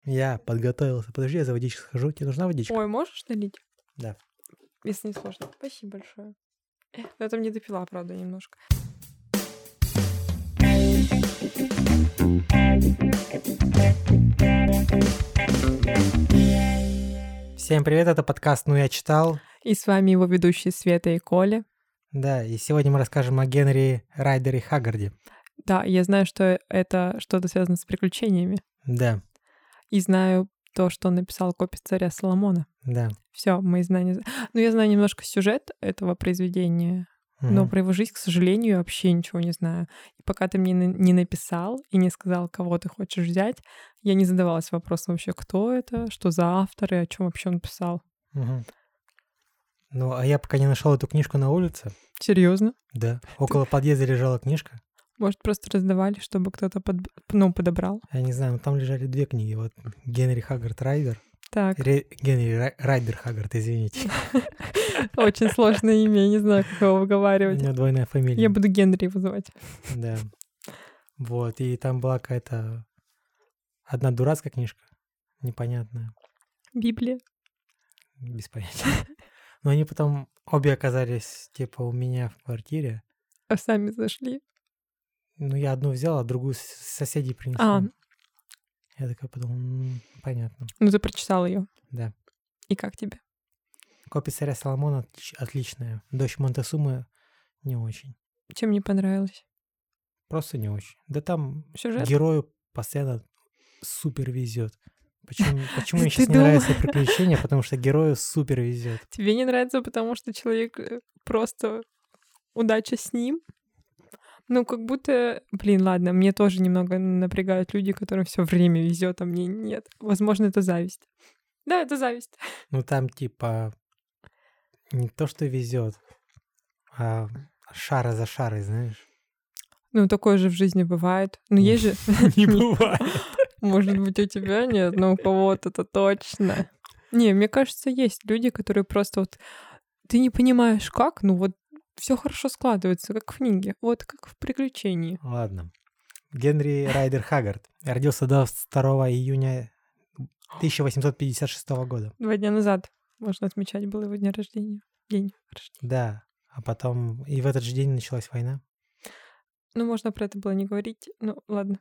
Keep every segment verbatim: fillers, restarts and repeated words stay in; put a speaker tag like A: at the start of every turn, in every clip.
A: Я подготовился. Подожди, я за водичкой схожу. Тебе нужна водичка?
B: Ой, можешь налить?
A: Да.
B: Если не сложно. Спасибо большое. Я там не допила, правда, немножко.
A: Всем привет, это подкаст «Ну я читал».
B: И с вами его ведущие Света и Коля.
A: Да, и сегодня мы расскажем о Генри Райдере Хаггарде.
B: Да, я знаю, что это что-то связано с приключениями.
A: Да,
B: И знаю то, что он написал «Копии царя Соломона».
A: да.
B: Все, мои знания... Ну, я знаю немножко сюжет этого произведения,
A: Мгм.
B: но про его жизнь, к сожалению, вообще ничего не знаю. И пока ты мне на- не написал и не сказал, кого ты хочешь взять, я не задавалась вопросом вообще, кто это, что за автор и о чем вообще он писал.
A: Мгм. Ну, а я пока не нашел эту книжку на улице.
B: Серьезно?
A: Да. Около подъезда лежала книжка.
B: Может, просто раздавали, чтобы кто-то под... ну, подобрал?
A: Я не знаю, но там лежали две книги. Вот Генри Хаггард Райдер.
B: Так,
A: Ре- Генри Рай- Райдер Хаггард, извините.
B: очень сложное имя, я не знаю, как его
A: У
B: выговаривать.
A: него двойная фамилия.
B: Я буду Генри вызывать.
A: Да. Вот, и там была какая-то одна дурацкая книжка, непонятная,
B: Библия.
A: без понятия. Но они потом обе оказались, типа, у меня в квартире.
B: А сами зашли.
A: Ну, я одну взял, а другую с соседей принесли.
B: А,
A: Я такой подумал, «М, понятно,
B: ну ты прочитал ее.
A: да.
B: И как тебе?
A: Копия царя Соломона отлич- отличная. Дочь Монтесумы не очень.
B: Чем мне понравилось?
A: Просто не очень. Да там
B: Сюжет?
A: герою постоянно супер везет. Почему, почему мне
B: Ты
A: сейчас не
B: думал-
A: нравятся приключения? Потому что герою супер везет.
B: Тебе не нравится, потому что человек э, просто удача с ним? Ну, как будто, блин, ладно, мне тоже немного напрягают люди, которым все время везет, а мне нет. Возможно, это зависть. Да, это зависть.
A: Ну там типа не то, что везет, а шара за шарой, знаешь.
B: Ну, такое же в жизни бывает. Ну, есть же...
A: Не бывает.
B: Может быть, у тебя нет, но у кого-то это точно. Не, мне кажется, есть люди, которые просто вот... Ты не понимаешь, как, ну вот все хорошо складывается, как в книге, вот как в приключении.
A: Ладно. Генри Райдер Хаггард родился двадцать второго июня тысяча восемьсот пятьдесят шестого года.
B: Два дня назад, можно отмечать, был его день рождения. День рождения.
A: Да. А потом и в этот же день началась война.
B: Ну, можно про это было не говорить. Ну, ладно.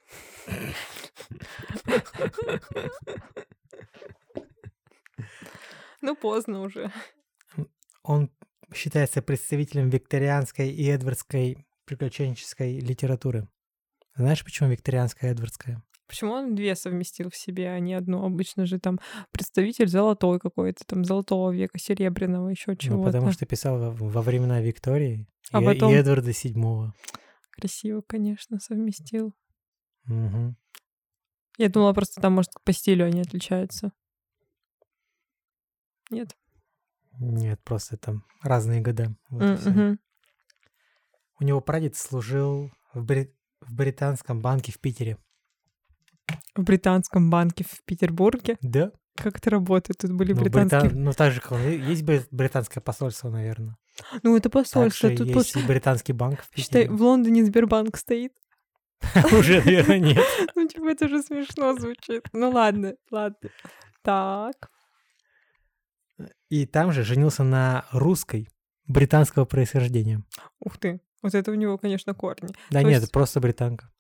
B: Ну, поздно уже.
A: Он считается представителем викторианской и эдвардской приключенческой литературы. Знаешь, почему викторианская и эдвардская?
B: Почему он две совместил в себе, а не одну? Обычно же там представитель золотой какой-то, там золотого века, серебряного, еще
A: Ну,
B: чего-то.
A: потому что писал во, во времена Виктории
B: А
A: и,
B: потом-
A: и Эдварда седьмого.
B: Красиво, конечно, совместил.
A: Мгм.
B: Я думала, просто там, может, по стилю они отличаются. Нет?
A: Нет, просто там разные года. Вот и
B: М,
A: всё.
B: мгм.
A: У него прадед служил в, бри- в британском банке в Питере.
B: В британском банке в Петербурге.
A: Да?
B: Как это работает? Тут были
A: Ну,
B: британские...
A: Брита- ну, так же, как он- есть бри- британское посольство, наверное.
B: Ну, это посольство.
A: Также
B: Тут
A: есть
B: просто...
A: и британский банк в
B: Считай,
A: Питере.
B: в Лондоне Сбербанк стоит.
A: Уже, наверное, нет.
B: Ну, типа, это же смешно звучит. Ну, ладно, ладно. Так.
A: И там же женился на русской британского происхождения.
B: Ух ты. Вот это у него, конечно, корни.
A: Да
B: То
A: нет,
B: есть-
A: просто британка.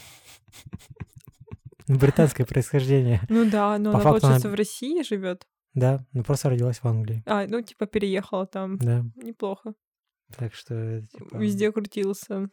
A: Ну, британское происхождение.
B: Ну да, но
A: По
B: она,
A: факту
B: получается,
A: она-
B: в России живет.
A: Да, ну просто родилась в Англии.
B: А, ну, типа, переехала там.
A: Да,
B: Неплохо.
A: так что это, типа...
B: Везде крутился.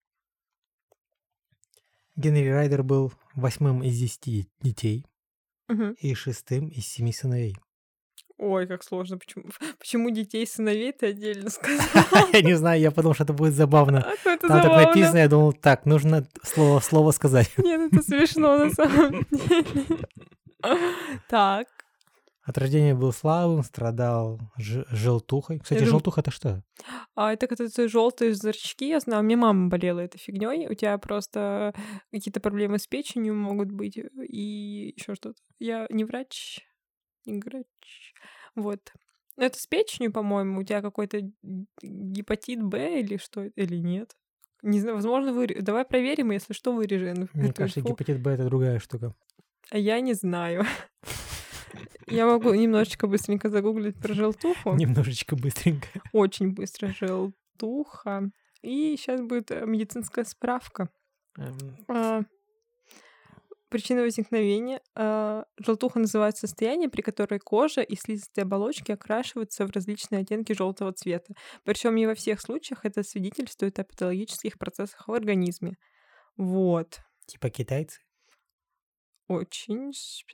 A: Генри Райдер был восьмым из десяти детей
B: Мгм.
A: и шестым из семи сыновей.
B: Ой, как сложно. Почему, почему детей сыновей ты отдельно сказал?
A: Я не знаю, я подумал, что это будет забавно.
B: А то это
A: Там так
B: забавно.
A: написано, я думал, так, нужно слово в слово сказать.
B: Нет, это смешно на самом деле. Так.
A: От рождения был слабым, страдал ж- желтухой. Кстати,
B: Я дум-
A: желтуха это что?
B: А это когда желтые зрачки, я знаю, у меня мама болела этой фигней. У тебя просто какие-то проблемы с печенью могут быть и еще что-то. Я не врач, не врач. Вот. Но это с печенью, по-моему, у тебя какой-то гепатит Б или что, или нет? Не знаю, возможно, вы... Давай проверим, если что, вырежем.
A: Мне
B: эту
A: кажется,
B: инфу.
A: гепатит Б это другая штука.
B: А я не знаю. Я могу немножечко быстренько загуглить про желтуху.
A: Немножечко быстренько.
B: Очень быстро желтуха. И сейчас будет э, медицинская справка.
A: Эм,
B: А, Причина возникновения. а, Желтуха называется состояние, при которой кожа и слизистые оболочки окрашиваются в различные оттенки желтого цвета. Причем не во всех случаях это свидетельствует о патологических процессах в организме. Вот.
A: Типа китайцы.
B: Очень...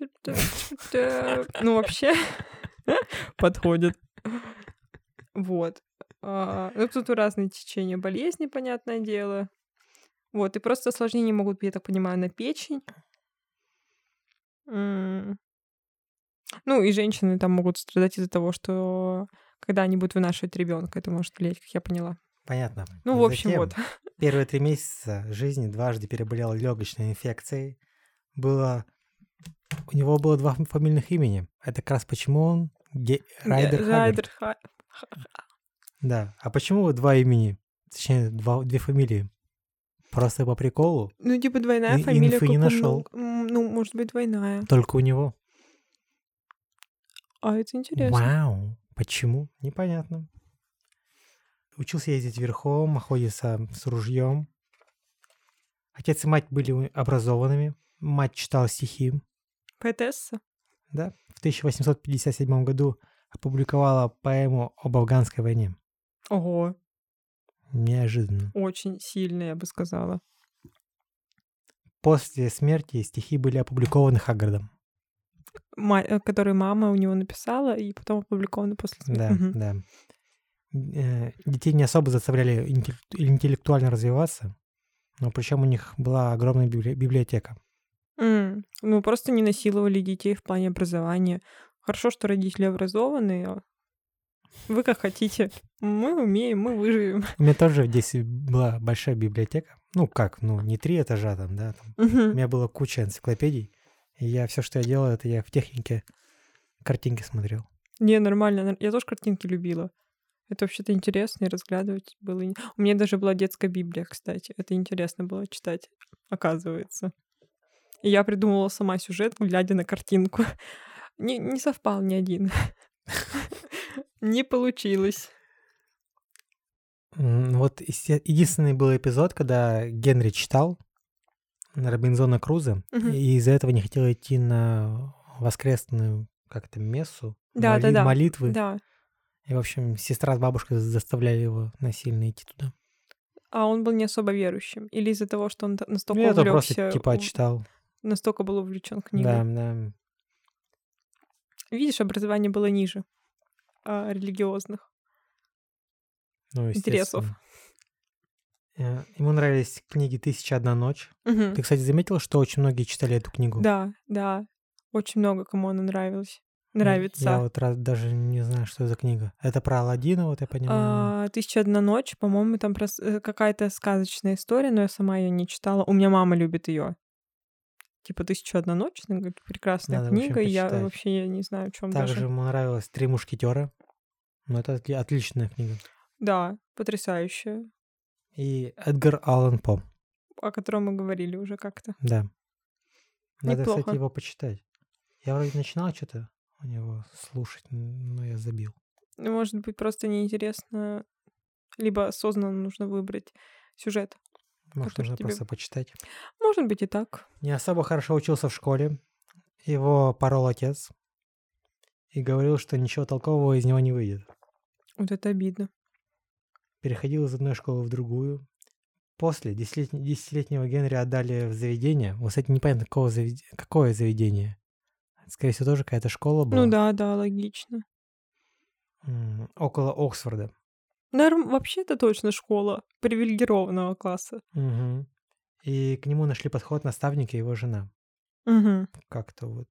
B: Ну, вообще подходит. Вот. А, Ну, тут разные течения болезни, понятное дело. Вот, и просто осложнения могут быть, я так понимаю, на печень. М. Ну, и женщины там могут страдать из-за того, что когда они будут вынашивать ребенка, это может влиять, как я поняла.
A: Понятно.
B: Ну, в общем,
A: Затем,
B: вот.
A: первые три месяца жизни дважды переболел легочной инфекцией. Было... У него было два фам- фамильных имени. Это как раз почему он Ге- Райдер Хаггард.
B: Райдер Ха-
A: Да. А почему два имени? Точнее, два, две фамилии? Просто по приколу?
B: Ну, типа двойная
A: И-
B: фамилия,
A: инфы
B: как
A: не
B: у
A: нашел.
B: мног- м, Ну, может быть, двойная.
A: Только у него.
B: А это интересно.
A: Вау. Почему? Непонятно. Учился ездить верхом, охотиться с ружьем. Отец и мать были у- образованными. Мать читала стихи.
B: Поэтесса?
A: Да. В тысяча восемьсот пятьдесят седьмом году опубликовала поэму об афганской войне.
B: Ого,
A: Неожиданно.
B: очень сильно, я бы сказала.
A: После смерти стихи были опубликованы Хаггардом.
B: Ма- э, Который мама у него написала, и потом опубликованы после смерти.
A: Да,
B: Мгм.
A: да. Э, Детей не особо заставляли интеллект- интеллектуально развиваться, но причем у них была огромная библи- библиотека.
B: М, Ну, просто не насиловали детей в плане образования. Хорошо, что родители образованные. а Вы как хотите. Мы умеем, мы выживем.
A: У меня тоже в детстве была большая библиотека. Ну как, ну не три этажа там, да. Там. У
B: Мгм.
A: меня была куча энциклопедий. И я все, что я делал, это я в технике картинки смотрел.
B: Не, нормально. нар- Я тоже картинки любила. Это вообще-то интересно, и разглядывать было. ин- У меня даже была детская библия, кстати. Это интересно было читать, оказывается. И я придумывала сама сюжет, глядя на картинку. Не, не совпал ни один. Не получилось.
A: М, Вот есе- единственный был эпизод, когда Генри читал Робинзона Круза,
B: Мгм.
A: и из-за этого не хотел идти на воскресную как-то мессу,
B: Да, да,
A: моли-
B: да.
A: молитвы.
B: Да.
A: И, в общем, сестра с бабушкой заставляли его насильно идти туда.
B: А он был не особо верующим. Или из-за того, что он т-
A: Ну,
B: настолько
A: я то просто
B: увлекся,
A: типа читал.
B: настолько был увлечен книгой.
A: Да, да.
B: Видишь, образование было ниже а, религиозных
A: Ну,
B: интересов.
A: естественно. Э, Ему нравились книги «Тысяча одна ночь».
B: Мгм.
A: Ты, кстати, заметил, что очень многие читали эту книгу?
B: Да, да. Очень много кому она нравилась.
A: М,
B: Нравится.
A: Я вот раз даже не знаю, что за книга. Это про Аладдина, вот я понимаю.
B: А, «Тысяча одна ночь», по-моему, там прос- э, какая-то сказочная история, но я сама ее не читала. У меня мама любит ее. Типа «Тысяча одна ночь», она говорит, прекрасная
A: Надо, в общем,
B: книга, и я
A: почитать.
B: вообще я не знаю, о чем
A: Также
B: даже.
A: ему нравилось «Три мушкетера». Ну, это отли- отличная книга.
B: Да, потрясающая,
A: И Эдгар Аллан По.
B: о котором мы говорили уже как-то.
A: Да. Надо,
B: Неплохо.
A: кстати, его почитать. Я вроде начинал что-то у него слушать, н- но я забил.
B: Ну, может быть, просто неинтересно, либо осознанно нужно выбрать сюжет.
A: Может,
B: Который
A: нужно
B: тебе-
A: просто почитать.
B: Может быть, и так.
A: Не особо хорошо учился в школе. Его порол отец. И говорил, что ничего толкового из него не выйдет.
B: Вот это обидно.
A: Переходил из одной школы в другую. После десятилет- десятилетнего Генри отдали в заведение. Вот, кстати, непонятно, какого завед- какое заведение. Скорее всего, тоже какая-то школа была.
B: Ну да, да, логично.
A: М, Около Оксфорда.
B: Норм... Вообще это точно школа привилегированного класса.
A: Мгм. И к нему нашли подход наставник и его жена.
B: Мгм.
A: Как-то вот.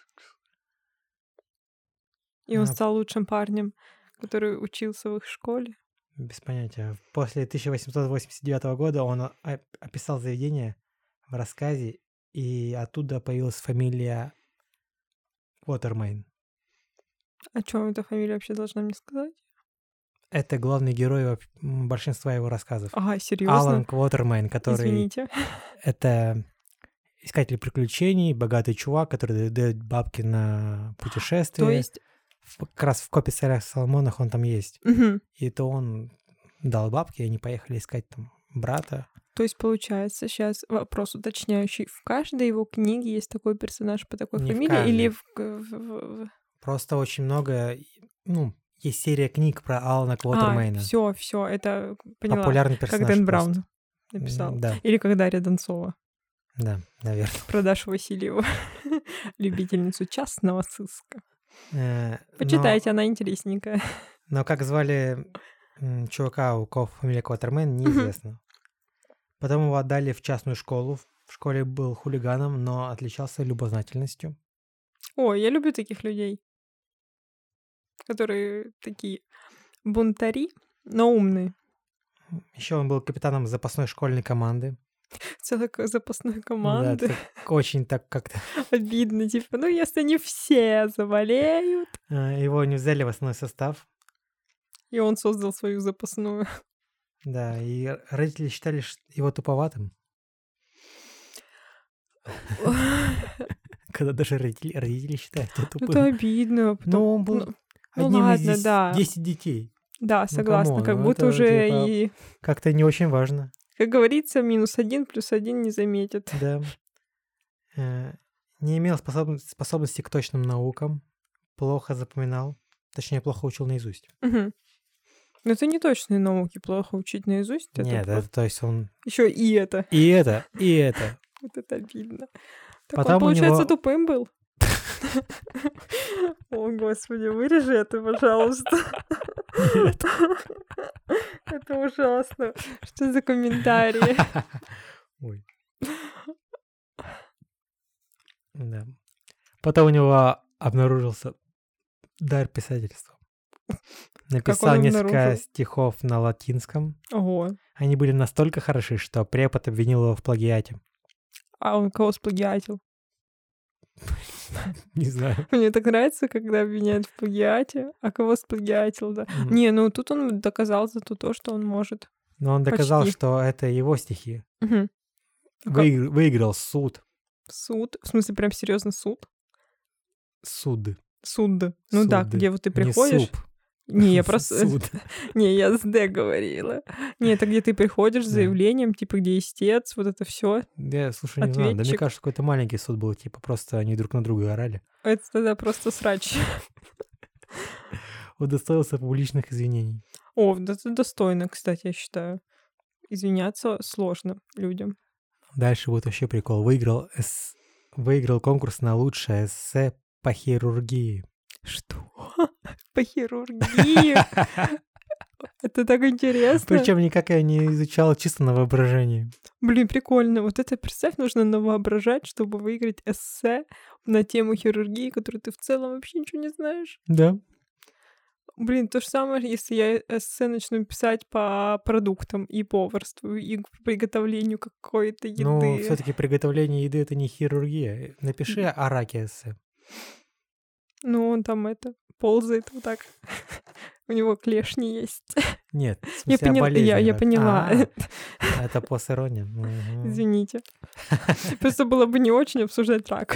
B: И он
A: А.
B: стал лучшим парнем, который учился в их школе.
A: Без понятия. После тысяча восемьсот восемьдесят девятого года он о- о- описал заведение в рассказе, и оттуда появилась фамилия Уотермейн.
B: О чем эта фамилия вообще должна мне сказать?
A: Это главный герой во- м, большинства его рассказов.
B: Ага, серьезно?
A: Алан Квотермейн, который...
B: Извините.
A: Это искатель приключений, богатый чувак, который дает бабки на путешествие.
B: То есть...
A: В- Как раз в копе царя Соломонах он там есть.
B: Мгм.
A: И то он дал бабки, и они поехали искать там брата.
B: То есть, получается, сейчас вопрос уточняющий. В каждой его книге есть такой персонаж по такой
A: Не в
B: фамилии? Или
A: каждой.
B: в... в- в- в-
A: Просто очень много, и, ну, есть серия книг про Алана
B: А,
A: Квотермейна.
B: все, все, это поняла.
A: Популярный
B: Как
A: персонаж
B: Дэн
A: просто.
B: Браун написал.
A: М, Да,
B: Или как Дарья Донцова.
A: да, наверное.
B: Про Дашу Васильеву. Любительницу частного сыска.
A: Э, Но,
B: Почитайте, она интересненькая.
A: но как звали м, чувака, у кого фамилия Квотермейн,
B: Мгм.
A: неизвестно. Потом его отдали в частную школу. В школе был хулиганом, но отличался любознательностью.
B: Ой, я люблю таких людей, которые такие бунтари, но умные.
A: Еще он был капитаном запасной школьной команды.
B: Целой ка- запасной
A: Да,
B: команды.
A: так очень так как-то.
B: Обидно, типа, ну если не все заболеют.
A: Э, Его не взяли в основной состав.
B: И он создал свою запасную.
A: Да, и р- родители считали ш- его туповатым, когда даже родители, родители считают его
B: Это
A: тупым.
B: обидно. потом-
A: Но он был
B: ну, ну
A: одним из
B: ладно,
A: дес-
B: да.
A: десяти детей.
B: Да, согласна.
A: камон,
B: Как
A: ну
B: будто
A: это,
B: уже
A: типа,
B: и,
A: Как-то не очень важно.
B: как говорится, минус один плюс один не заметит.
A: Да. Э, Не имел способ- способности к точным наукам, плохо запоминал, точнее, плохо учил наизусть.
B: Мгм. Но это не точные науки, плохо учить наизусть. Это
A: Нет, это, то есть он
B: еще и это.
A: и это, и это.
B: Вот это обидно. Так
A: Потом
B: он,
A: у
B: получается,
A: него-
B: тупым был. О, господи, вырежи это, пожалуйста.
A: Нет.
B: Это ужасно. Что за комментарии?
A: Ой. Да. Потом у него обнаружился дар писательства. Написал несколько
B: обнаружил?
A: стихов на латинском.
B: Ого.
A: Они были настолько хороши, что препод обвинил его в плагиате.
B: А он кого сплагиатил?
A: Не знаю.
B: Мне так нравится, когда обвиняют в плагиате. А кого сплагиатил, да?
A: М,
B: Не, ну тут он доказал зато то, что он может.
A: Но он доказал,
B: почти.
A: что это его стихи.
B: Мгм. А как?
A: Выигр- Выиграл суд.
B: Суд. В смысле, прям серьезно суд?
A: Суд.
B: Суд. Ну да,
A: Суд.
B: где вот ты
A: Не
B: приходишь.
A: суп.
B: Не, я просто...
A: Суд.
B: Не, я с Д говорила. Не, это где ты приходишь с
A: Да.
B: заявлением, типа, где истец, вот это все.
A: Я, слушай, не знаю. Да мне
B: Ответчик.
A: кажется, какой-то маленький суд был. Типа просто они друг на друга орали.
B: Это тогда просто срач.
A: Удостоился публичных извинений.
B: О, да это достойно, кстати, я считаю. Извиняться сложно людям.
A: Дальше будет вообще прикол. Выиграл, эс- Выиграл конкурс на лучшее эссе по хирургии.
B: Что? По хирургии? Это так интересно.
A: Причем никак я не изучал, чисто на воображении.
B: Блин, прикольно. Вот это, представь, нужно навоображать, чтобы выиграть эссе на тему хирургии, которую ты в целом вообще ничего не знаешь.
A: Да.
B: Блин, то же самое, если я эссе начну писать по продуктам и поварству, и к приготовлению какой-то еды.
A: Ну, все-таки приготовление еды это не хирургия. Напиши о раке эссе.
B: Ну, он там это ползает вот так. У него клешни есть.
A: Нет, в
B: Я,
A: смысле, о
B: поняла,
A: болезни
B: я, я
A: рака.
B: поняла.
A: А, это постирония. Мгм.
B: Извините. Просто было бы не очень обсуждать рак.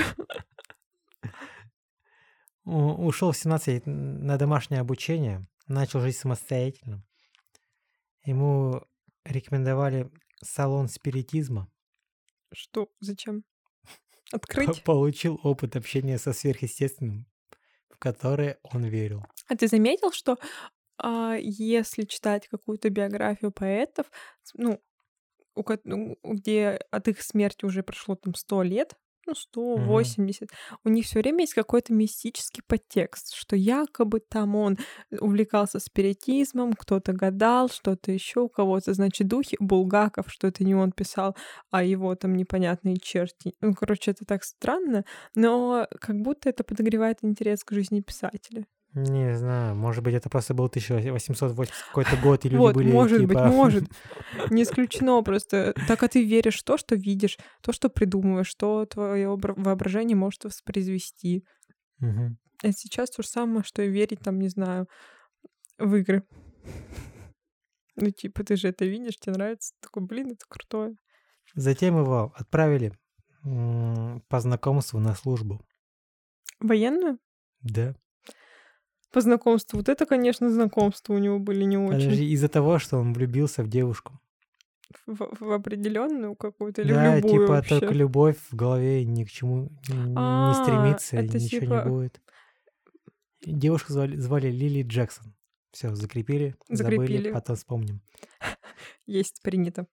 A: У- Ушел в семнадцать на домашнее обучение, начал жить самостоятельно. Ему рекомендовали салон спиритизма.
B: Что? Зачем? Открыть?
A: Получил опыт общения со сверхъестественным, в который он верил.
B: А ты заметил, что а, если читать какую-то биографию поэтов, с- ну, у ко- ну, где от их смерти уже прошло там сто лет, ну, сто
A: Мгм.
B: восемьдесят, у них все время есть какой-то мистический подтекст, что якобы там он увлекался спиритизмом, кто-то гадал, что-то еще у кого-то, значит, духи, Булгаков, что это не он писал, а его там непонятные черти. Ну, короче, это так странно, но как будто это подогревает интерес к жизни писателя.
A: Не знаю, может быть, это просто был тысяча восемьсот восьмидесятый какой-то год, и люди
B: Вот,
A: были
B: может быть,
A: типа...
B: может. Не исключено просто. Так а ты веришь в то, что видишь, то, что придумываешь, что твое воображение может воспроизвести.
A: Мгм.
B: А сейчас то же самое, что и верить, там, не знаю, в игры. Ну, типа, ты же это видишь, тебе нравится. Такой, блин, это крутое.
A: Затем его отправили М, По знакомству на службу.
B: Военную?
A: Да.
B: По знакомству. Вот это, конечно, знакомства у него были не очень.
A: Подожди, из-за того, что он влюбился в девушку.
B: В, в определенную какую-то или в
A: Да,
B: любую
A: типа
B: вообще?
A: только любовь в голове ни к чему н- не
B: А,
A: стремится,
B: это
A: ничего не
B: типа
A: будет. И девушку звали, звали Лили Джексон. Все, закрепили, забыли,
B: закрепили.
A: потом вспомним.
B: Есть, принято.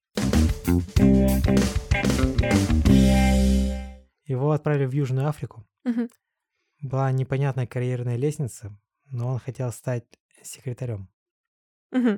A: Его отправили в Южную Африку.
B: Мгм.
A: Была непонятная карьерная лестница, но он хотел стать секретарем.
B: Мгм.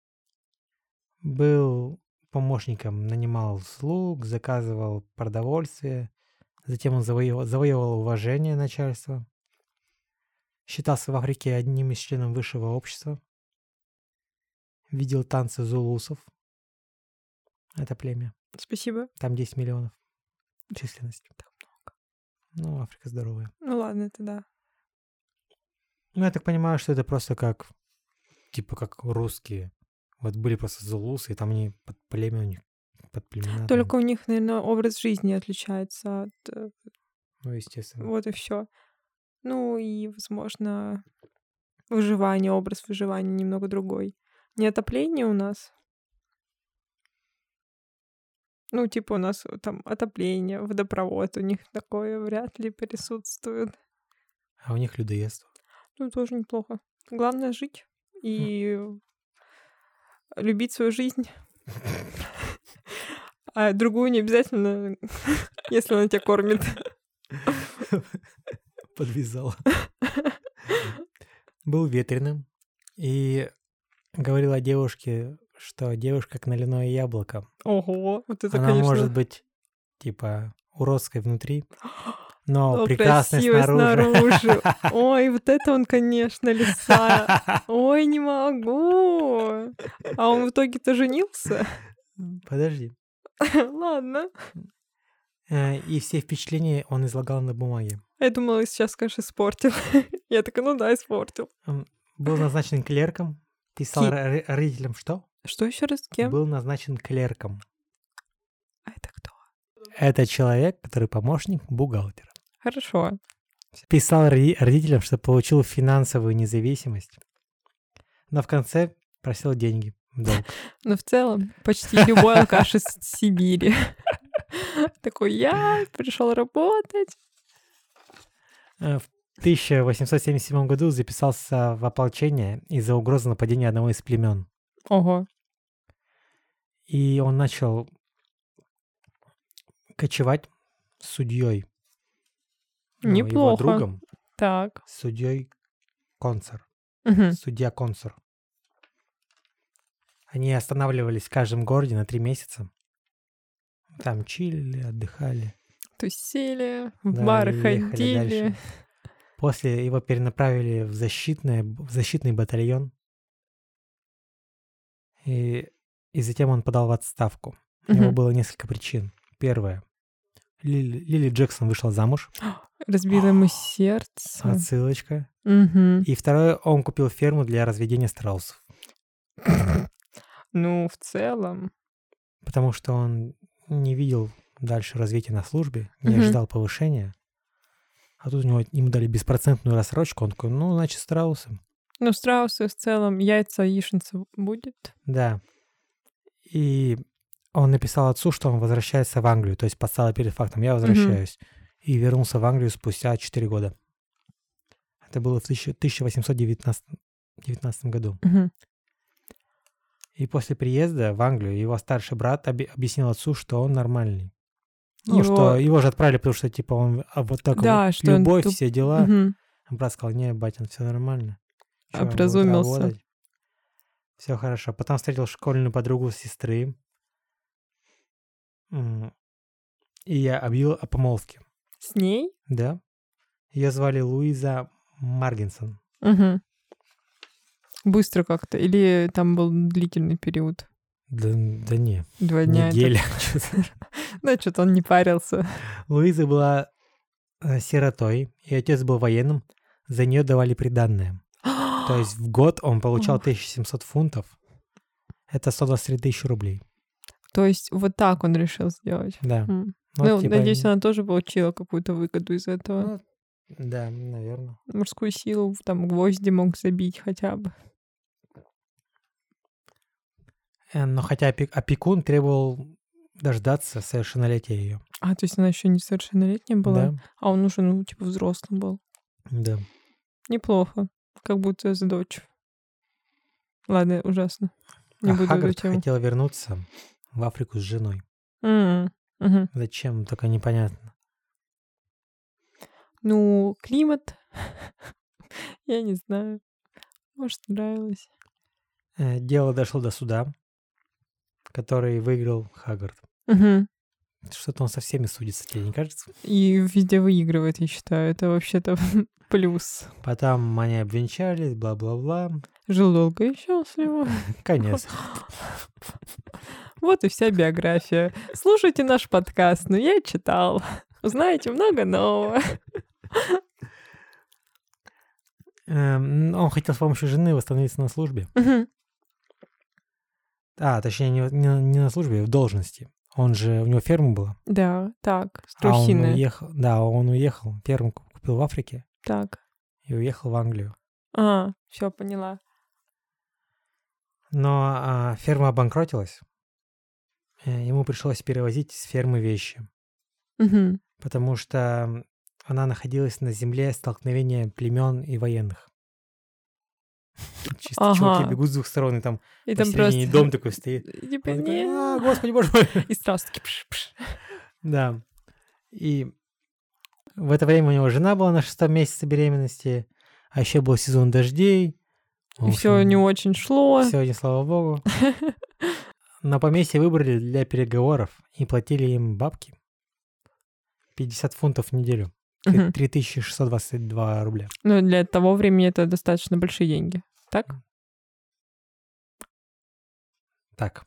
A: Был помощником, нанимал слуг, заказывал продовольствие. Затем он завоевал, завоевал уважение начальства. Считался в Африке одним из членов высшего общества. Видел танцы зулусов. Это племя.
B: Спасибо.
A: Там десять миллионов численность. Ну, Африка здоровая.
B: Ну ладно, это да.
A: Ну, я так понимаю, что это просто как, типа, как русские. Вот были просто зулусы, и там они под племя у них, под племена. там.
B: Только у них, наверное, образ жизни отличается от... э,
A: Ну, естественно.
B: Вот и все. Ну и, возможно, выживание, образ выживания немного другой. Не отопление у нас. Ну, типа у нас э, там отопление, водопровод, у них такое вряд ли присутствует.
A: А у них людоедство.
B: Ну, тоже неплохо. Главное жить и любить свою жизнь. А другую не обязательно, если она тебя кормит.
A: Подвязал. Был ветреным и говорил о девушке, что девушка как наливное яблоко.
B: Ого, вот это,
A: Она
B: конечно...
A: может быть, типа, уродской внутри, но
B: О,
A: прекрасной
B: красивой
A: снаружи.
B: снаружи. Ой, вот это он, конечно, лиса. Ой, не могу. А он в итоге-то женился?
A: Подожди.
B: Ладно.
A: Э, И все впечатления он излагал на бумаге.
B: Я думала, сейчас, конечно, испортил. Я такая, ну да, испортил.
A: Он был назначен клерком, писал
B: Ки-
A: ро- родителям что?
B: Что еще раз? Кем?
A: Был назначен клерком.
B: А это кто?
A: Это человек, который помощник бухгалтера.
B: Хорошо.
A: Писал роди- родителям, что получил финансовую независимость, но в конце просил деньги в долг.
B: Но в целом почти любой алкаш из Сибири. Такой, я пришел работать.
A: Э, В тысяча восемьсот семьдесят седьмом году записался в ополчение из-за угрозы нападения одного из племен.
B: Ого.
A: И он начал кочевать с судьей. Ну, его
B: Неплохо.
A: другом,
B: Так.
A: судьей Консор.
B: Мгм.
A: Судья Консор. Они останавливались в каждом городе на три месяца. Там чилили, отдыхали.
B: Тусили, в
A: Да,
B: бары
A: и ехали
B: ходили.
A: дальше. После его перенаправили в, защитное, в защитный батальон. И, и затем он подал в отставку. У него
B: Мгм.
A: было несколько причин. Первое. Лили, Лили Джексон вышла замуж.
B: Разбило ему сердце.
A: Отсылочка.
B: Мгм.
A: И второе. Он купил ферму для разведения страусов.
B: Ну, в целом.
A: Потому что он не видел дальше развития на службе, не
B: Мгм.
A: ожидал повышения. А тут у него, ему дали беспроцентную рассрочку. Он такой, ну, значит, страусы.
B: Ну, страусы в целом, яйца яичница будет.
A: Да. И он написал отцу, что он возвращается в Англию. То есть поставил перед фактом, я возвращаюсь. И вернулся в Англию спустя четыре года. Это было в тысяча тысяча восемьсот девятнадцатом году.
B: Мгм.
A: И после приезда в Англию его старший брат оби- объяснил отцу, что он нормальный. Ну,
B: Его-
A: что его же отправили, потому что, типа, он а вот так
B: Да,
A: вот,
B: что он
A: любовь,
B: туп-
A: все дела.
B: Мгм.
A: А брат сказал, не, батя, все нормально. Чё, будет
B: Образумился.
A: Все хорошо. Потом встретил школьную подругу сестры. М, И я объявил о помолвке.
B: С ней?
A: Да. Ее звали Луиза Маргинсон.
B: Мгм. Быстро как-то. Или там был длительный период?
A: Да, да не,
B: Два дня. это-
A: неделя.
B: Ну, что-то он не парился.
A: Луиза была э, сиротой, и отец был военным. За нее давали приданное. То есть в год он получал
B: Ох.
A: тысяча семьсот фунтов. Это сто двадцать три тысячи рублей.
B: То есть вот так он решил сделать.
A: Да.
B: М.
A: Ну,
B: Ну,
A: типа,
B: надеюсь,
A: н-
B: она тоже получила какую-то выгоду из этого.
A: ну, да, наверное.
B: Мужскую силу, там, гвозди мог забить хотя бы.
A: Э, Но хотя опек- опекун требовал дождаться совершеннолетия ее.
B: А, то есть она еще несовершеннолетняя была?
A: Да,
B: А он уже, ну, типа, взрослым был.
A: да.
B: Неплохо. Как будто за дочь. Ладно, ужасно. Не
A: А
B: буду эту
A: Хагрид
B: тему.
A: хотел вернуться в Африку с женой.
B: М, мгм.
A: Зачем, только непонятно.
B: Ну, климат. Я не знаю. Может, нравилось.
A: Э, Дело дошло до суда, который выиграл Хагрид.
B: Мгм.
A: Что-то он со всеми судится, тебе не кажется?
B: И везде выигрывает, я считаю. Это вообще-то плюс.
A: Потом они обвенчались, бла-бла-бла.
B: Жил долго и счастливо.
A: Конец.
B: Вот и вся биография. Слушайте наш подкаст, но я читал. Узнаете много нового.
A: Эм, Он хотел с помощью жены восстановиться на службе.
B: Мгм.
A: А, точнее, не, не- не на службе, а в должности. Он же, у него ферма была.
B: Да, так,
A: А он
B: страусиная.
A: уехал, да, он уехал, ферму ку- купил в Африке
B: Так.
A: и уехал в Англию.
B: А, все, поняла.
A: Но а, ферма обанкротилась. Э, Ему пришлось перевозить с фермы вещи,
B: Мгм.
A: потому что м, она находилась на земле столкновения племен и военных. Чисто чуваки
B: Ага.
A: бегут с двух сторон, и там
B: И там
A: посередине
B: просто...
A: дом такой стоит.
B: Типа,
A: Он такой,
B: не.
A: «А, господи, боже мой.
B: И сразу таки пш-пш.
A: Да. И в это время у него жена была на шестом месяце беременности, а еще был сезон дождей.
B: И все не очень шло.
A: Сегодня, слава богу. На поместье выбрали для переговоров и платили им бабки. пятьдесят фунтов в неделю.
B: Мгм.
A: три тысячи шестьсот двадцать два рубля.
B: Ну, для того времени это достаточно большие деньги. Так?
A: Так.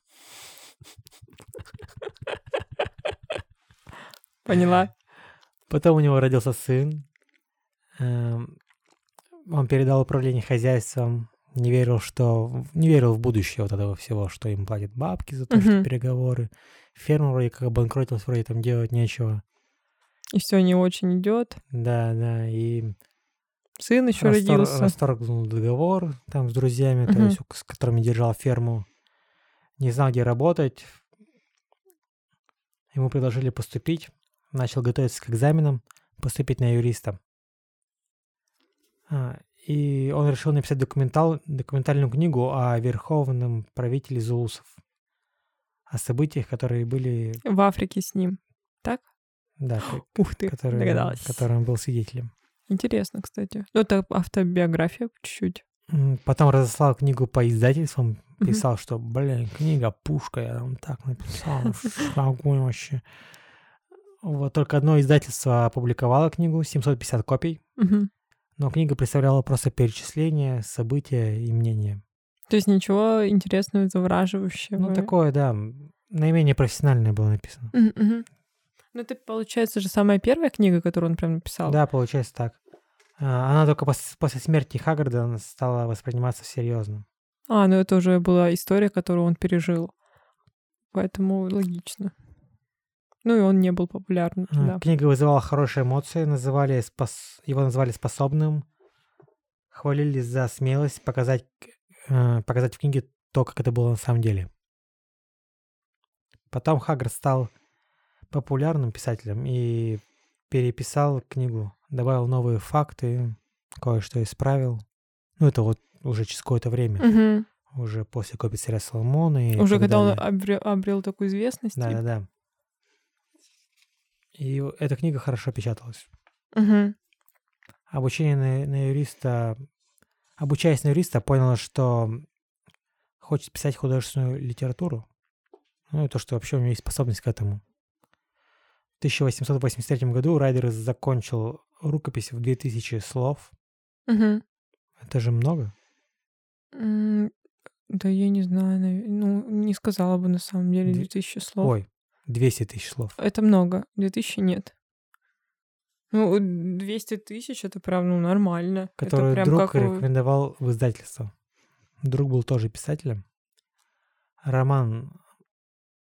B: Поняла.
A: Потом у него родился сын. Эм, Он передал управление хозяйством. Не верил, что... Не верил в будущее вот этого всего, что им платят бабки за то, что
B: Мгм.
A: переговоры. Ферма вроде как обанкротилась, вроде там делать нечего.
B: И все не очень идет.
A: Да, да, и
B: Сын еще
A: растор-
B: родился.
A: расторгнул договор там с друзьями, то
B: Мгм.
A: есть с которыми держал ферму. Не знал, где работать. Ему предложили поступить. Начал готовиться к экзаменам, поступить на юриста. А, И он решил написать документал, документальную книгу о верховном правителе зулусов. О событиях, которые были...
B: В Африке с ним. Так?
A: Да, ко-
B: Ух ты,
A: которые,
B: догадалась.
A: которым он был свидетелем.
B: Интересно, кстати. Ну, это автобиография чуть-чуть.
A: М, Потом разослал книгу по издательствам,
B: Мгм.
A: писал, что, блин, книга пушка, я там так написал, ш- огонь вообще. Вот только одно издательство опубликовало книгу, семьсот пятьдесят копий,
B: Мгм.
A: но книга представляла просто перечисления, события и мнения.
B: То есть ничего интересного, завораживающего.
A: Ну, такое, да, м, наименее профессиональное было написано.
B: Мгм, мгм. Ну, это, получается, же самая первая книга, которую он прям написал.
A: Да, получается так. А, Она только пос- после смерти Хаггарда она стала восприниматься серьезно.
B: А, ну это уже была история, которую он пережил. Поэтому логично. Ну и он не был популярным
A: А,
B: тогда.
A: Книга вызывала хорошие эмоции, называли спос- его назвали способным, хвалили за смелость показать, э, показать в книге то, как это было на самом деле. Потом Хаггард стал популярным писателем и переписал книгу, добавил новые факты, кое-что исправил. Ну, это вот уже через какое-то время,
B: Мгм.
A: уже после «Копий царя Соломона» и
B: Уже
A: так
B: когда он
A: далее.
B: обрел, обрел такую известность. типа.
A: Да-да-да. И эта книга хорошо печаталась.
B: Мгм.
A: Обучение на, на юриста... Обучаясь на юриста, понял, что хочет писать художественную литературу. Ну и то, что вообще у него есть способность к этому. В тысяча восемьсот восемьдесят третьем году Райдер закончил рукопись в две тысячи слов.
B: Мгм.
A: Это же много.
B: М, Да я не знаю. наве- Ну, не сказала бы на самом деле
A: Две-
B: две тысячи слов.
A: Ой, двести тысяч слов.
B: Это много. две тысячи нет. Ну, двести тысяч это прям, ну, нормально.
A: Который
B: это прям
A: друг
B: как... у-
A: рекомендовал в издательство. Друг был тоже писателем. Роман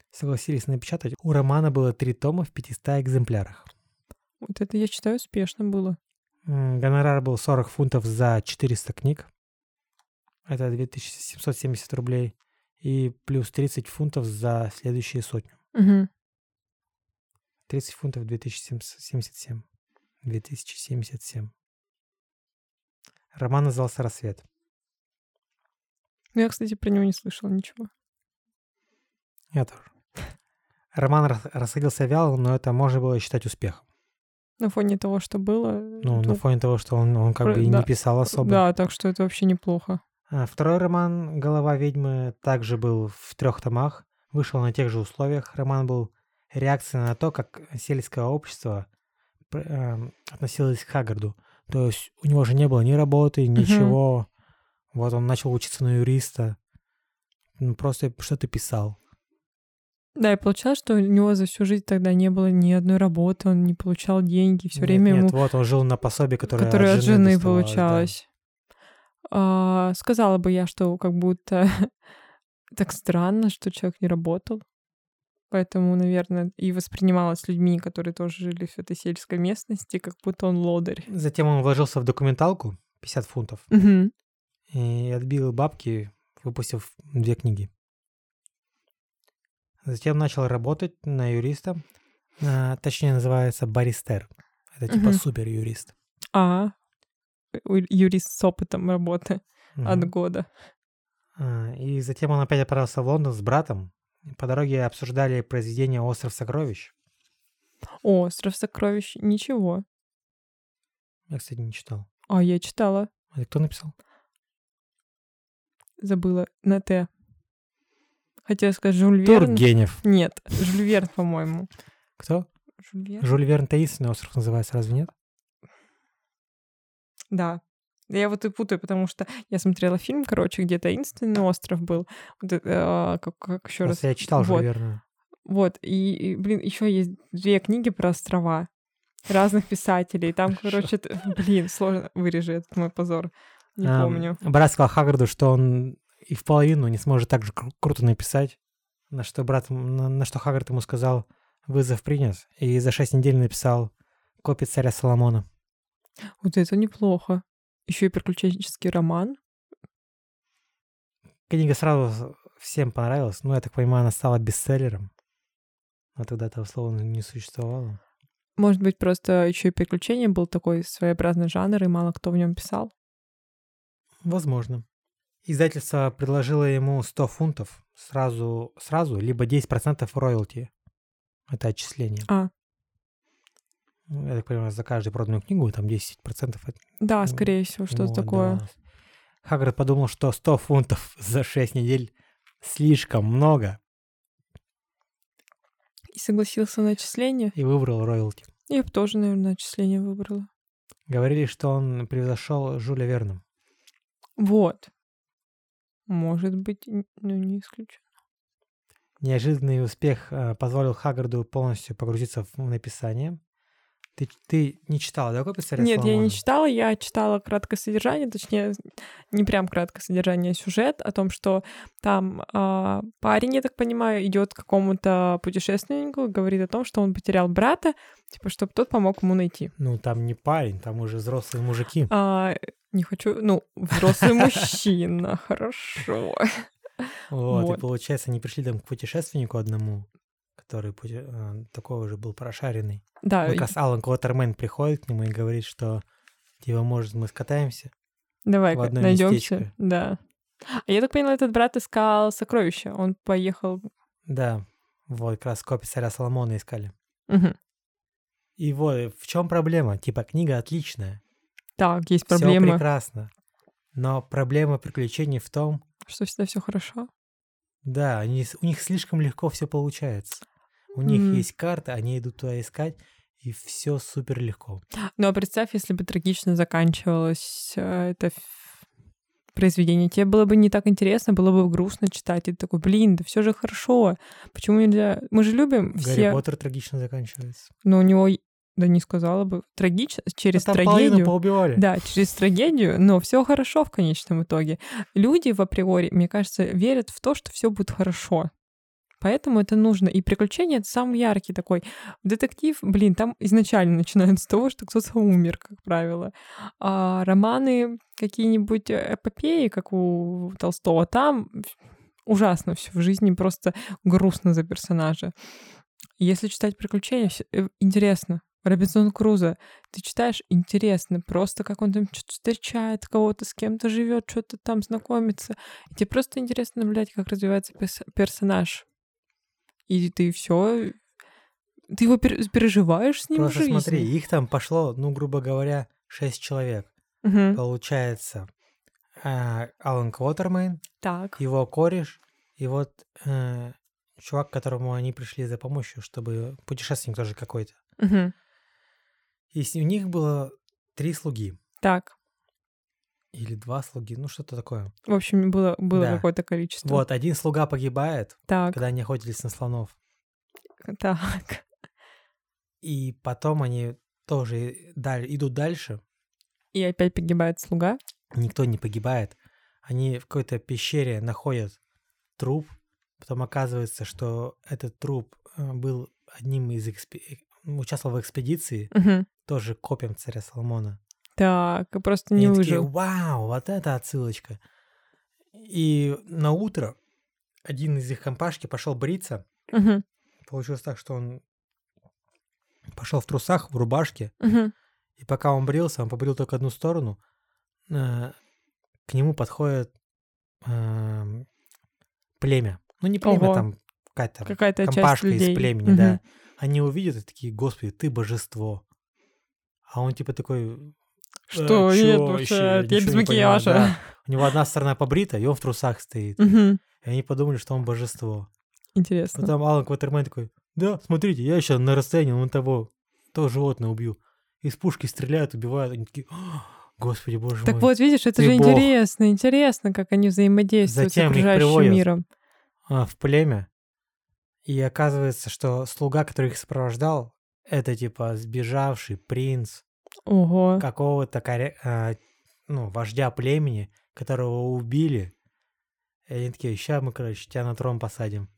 A: согласились напечатать. У романа было три тома в пятистах экземплярах.
B: Вот это, я считаю, успешно было.
A: Гонорар был сорок фунтов за четыреста книг. Это две тысячи семьсот семьдесят рублей. И плюс тридцать фунтов за следующие сотню.
B: Угу.
A: тридцать фунтов две тысячи семьдесят семь. две тысячи семьдесят семь. Роман назывался «Рассвет».
B: Ну, я, кстати, про него не слышала ничего.
A: Я тоже. Роман расходился вяло, но это можно было считать успехом.
B: На фоне того, что было...
A: Ну,
B: это...
A: на фоне того, что он, он как
B: про...
A: бы и
B: да.
A: не писал особо.
B: Да, так что это вообще неплохо.
A: А второй роман «Голова ведьмы» также был в трех томах. Вышел на тех же условиях. Роман был реакцией на то, как сельское общество э, относилось к Хаггарду. То есть у него же не было ни работы, ничего. Угу. Вот он начал учиться на юриста. Ну, просто что-то писал.
B: Да, и получалось, что у него за всю жизнь тогда не было ни одной работы, он не получал деньги, все
A: нет,
B: время
A: нет,
B: ему...
A: вот он жил на пособие, которое,
B: которое от жены, жены получалось.
A: Да.
B: А, сказала бы я, что как будто так странно, что человек не работал. Поэтому, наверное, и воспринималось людьми, которые тоже жили в этой сельской местности, как будто он лодырь.
A: Затем он вложился в документалку, пятьдесят фунтов,
B: угу.
A: и отбил бабки, выпустив две книги. Затем начал работать на юриста, а, точнее называется баристер. Это типа угу. супер-юрист.
B: А, юрист с опытом работы угу. от года.
A: А, и затем он опять отправился в Лондон с братом. По дороге обсуждали произведение «Остров сокровищ».
B: О, «Остров сокровищ», ничего.
A: Я, кстати, не читал.
B: А, я читала.
A: А кто написал?
B: Забыла. На «Т». Хотела сказать Жюль Верн.
A: Тургенев.
B: Нет, Жюль Верн, по-моему.
A: Кто?
B: Жюль Верн.
A: Жюль Верн «Таинственный остров» называется, разве нет?
B: Да. Я вот и путаю, потому что я смотрела фильм, короче, где «Таинственный остров» был. Вот это, а, как, как еще раз.
A: Я читал Жюль Верна.
B: Вот, и, и, блин, еще есть две книги про острова разных писателей. Там, короче, это, блин, сложно. Вырежи этот мой позор. Не а, помню.
A: Брат сказал Хаггарду, что он и в половину не сможет так же кру- круто написать, на что брат, на, на что Хаггард ему сказал, вызов принят, и за шесть недель написал «Копию царя Соломона».
B: Вот это неплохо. Еще и приключенческий роман.
A: Книга сразу всем понравилась, но, я так понимаю, она стала бестселлером. А тогда этого слова не существовало.
B: Может быть, просто еще и приключение был такой своеобразный жанр, и мало кто в нем писал?
A: Возможно. Издательство предложило ему сто фунтов сразу, сразу либо десять процентов роялти. Это отчисление.
B: А.
A: Я так понимаю, за каждую проданную книгу там десять процентов. От...
B: Да, скорее всего, что-то вот, такое.
A: Да. Хаггард подумал, что сто фунтов за шесть недель слишком много.
B: И согласился на отчисление.
A: И выбрал роялти.
B: Я бы тоже, наверное, отчисление выбрала.
A: Говорили, что он превзошел Жюля Верна.
B: Вот. Может быть, ну, не исключено.
A: Неожиданный успех э, позволил Хаггарду полностью погрузиться в написание. Ты, ты не читала, да, «Копию царя
B: Нет,
A: Соломона»?
B: я не читала, я читала краткое содержание, точнее, не прям краткое содержание, а сюжет о том, что там э, парень, я так понимаю, идет к какому-то путешественнику и говорит о том, что он потерял брата, типа, чтобы тот помог ему найти.
A: Ну, там не парень, там уже взрослые мужики.
B: А, не хочу, ну, взрослый мужчина, хорошо.
A: Вот, и получается, они пришли там к путешественнику одному, который такой уже был прошаренный.
B: Да.
A: Как раз Алан Квотермен приходит к нему и говорит, что типа, может, мы скатаемся
B: Давай
A: в одно
B: найдемся.
A: местечко.
B: Да. А я так поняла, этот брат искал сокровища. Он поехал...
A: Да, вот как раз «Копию царя Соломона» искали.
B: Угу.
A: И вот в чем проблема? Типа, книга отличная.
B: Так, есть проблема.
A: Все прекрасно. Но проблема приключений в том...
B: Что всегда все хорошо?
A: Да, они, у них слишком легко все получается. У них mm. есть карта, они идут туда искать, и все супер легко.
B: Ну а представь, если бы трагично заканчивалось э, это произведение, тебе было бы не так интересно, было бы грустно читать. И ты такой, блин, да все же хорошо. Почему нельзя? Мы же любим все...
A: Гарри Поттер трагично заканчивается.
B: Но у него, да не сказала бы, трагично, через
A: а там
B: трагедию.
A: половину поубивали.
B: Да, через трагедию, но все хорошо в конечном итоге. Люди в априори, мне кажется, верят в то, что все будет хорошо. Поэтому это нужно. И приключения — это самый яркий такой. Детектив, блин, там изначально начинают с того, что кто-то умер, как правило. А романы какие-нибудь эпопеи, как у Толстого, там ужасно все в жизни, просто грустно за персонажа. Если читать приключения, интересно. Робинзон Крузо. Ты читаешь, интересно, просто как он там что-то встречает кого-то, с кем-то живет, что-то там знакомится. И тебе просто интересно наблюдать, как развивается персонаж. И ты все, ты его переживаешь с ним
A: Просто
B: в жизни.
A: Смотри, их там пошло, ну, грубо говоря, шесть человек.
B: Угу.
A: Получается, э, Алан Квотермейн,
B: так.
A: его кореш, и вот э, чувак, к которому они пришли за помощью, чтобы путешественник тоже какой-то.
B: Угу.
A: И у них было три слуги.
B: Так.
A: Или два слуги, ну что-то такое.
B: В общем, было, было
A: да.
B: какое-то количество.
A: Вот, один слуга погибает,
B: так.
A: когда они охотились на слонов.
B: Так.
A: И потом они тоже даль- идут дальше.
B: И опять погибает слуга?
A: Никто не погибает. Они в какой-то пещере находят труп. Потом оказывается, что этот труп был одним из... Экспи... участвовал в экспедиции.
B: Угу.
A: Тоже копиям царя Соломона.
B: Так, и просто не
A: и
B: выжил.
A: Такие, вау, вот это отсылочка. И на утро один из их компашки пошел бриться.
B: Угу.
A: Получилось так, что он пошел в трусах, в рубашке.
B: Угу.
A: И пока он брился, он побрил только одну сторону. Э, к нему подходит э, племя. Ну, не племя,
B: Ого.
A: там какая-то,
B: Какая-то
A: компашка
B: часть людей.
A: из племени,
B: Угу.
A: да. Они увидят и такие, господи, ты божество. А он типа такой...
B: Что?
A: Э,
B: Нет,
A: чё
B: вообще,
A: вообще?
B: я
A: Ничего
B: без
A: не понимаю,
B: макияжа.
A: да. У него одна сторона побрита, и он в трусах стоит.
B: Угу.
A: И они подумали, что он божество.
B: Интересно.
A: Потом Алан Квотермейн такой, да, смотрите, я еще на расстоянии вон того, то животное убью. Из пушки стреляют, убивают. Они такие, господи, боже
B: так
A: мой.
B: вот, видишь, это же
A: бог.
B: интересно, интересно, как они взаимодействуют
A: Затем
B: с
A: их
B: окружающим
A: приводят
B: миром.
A: а, в племя. И оказывается, что слуга, который их сопровождал, это типа сбежавший принц
B: Ого.
A: какого-то коре... а, ну, вождя племени, которого убили. И они такие, ща мы, короче, тебя на трон посадим.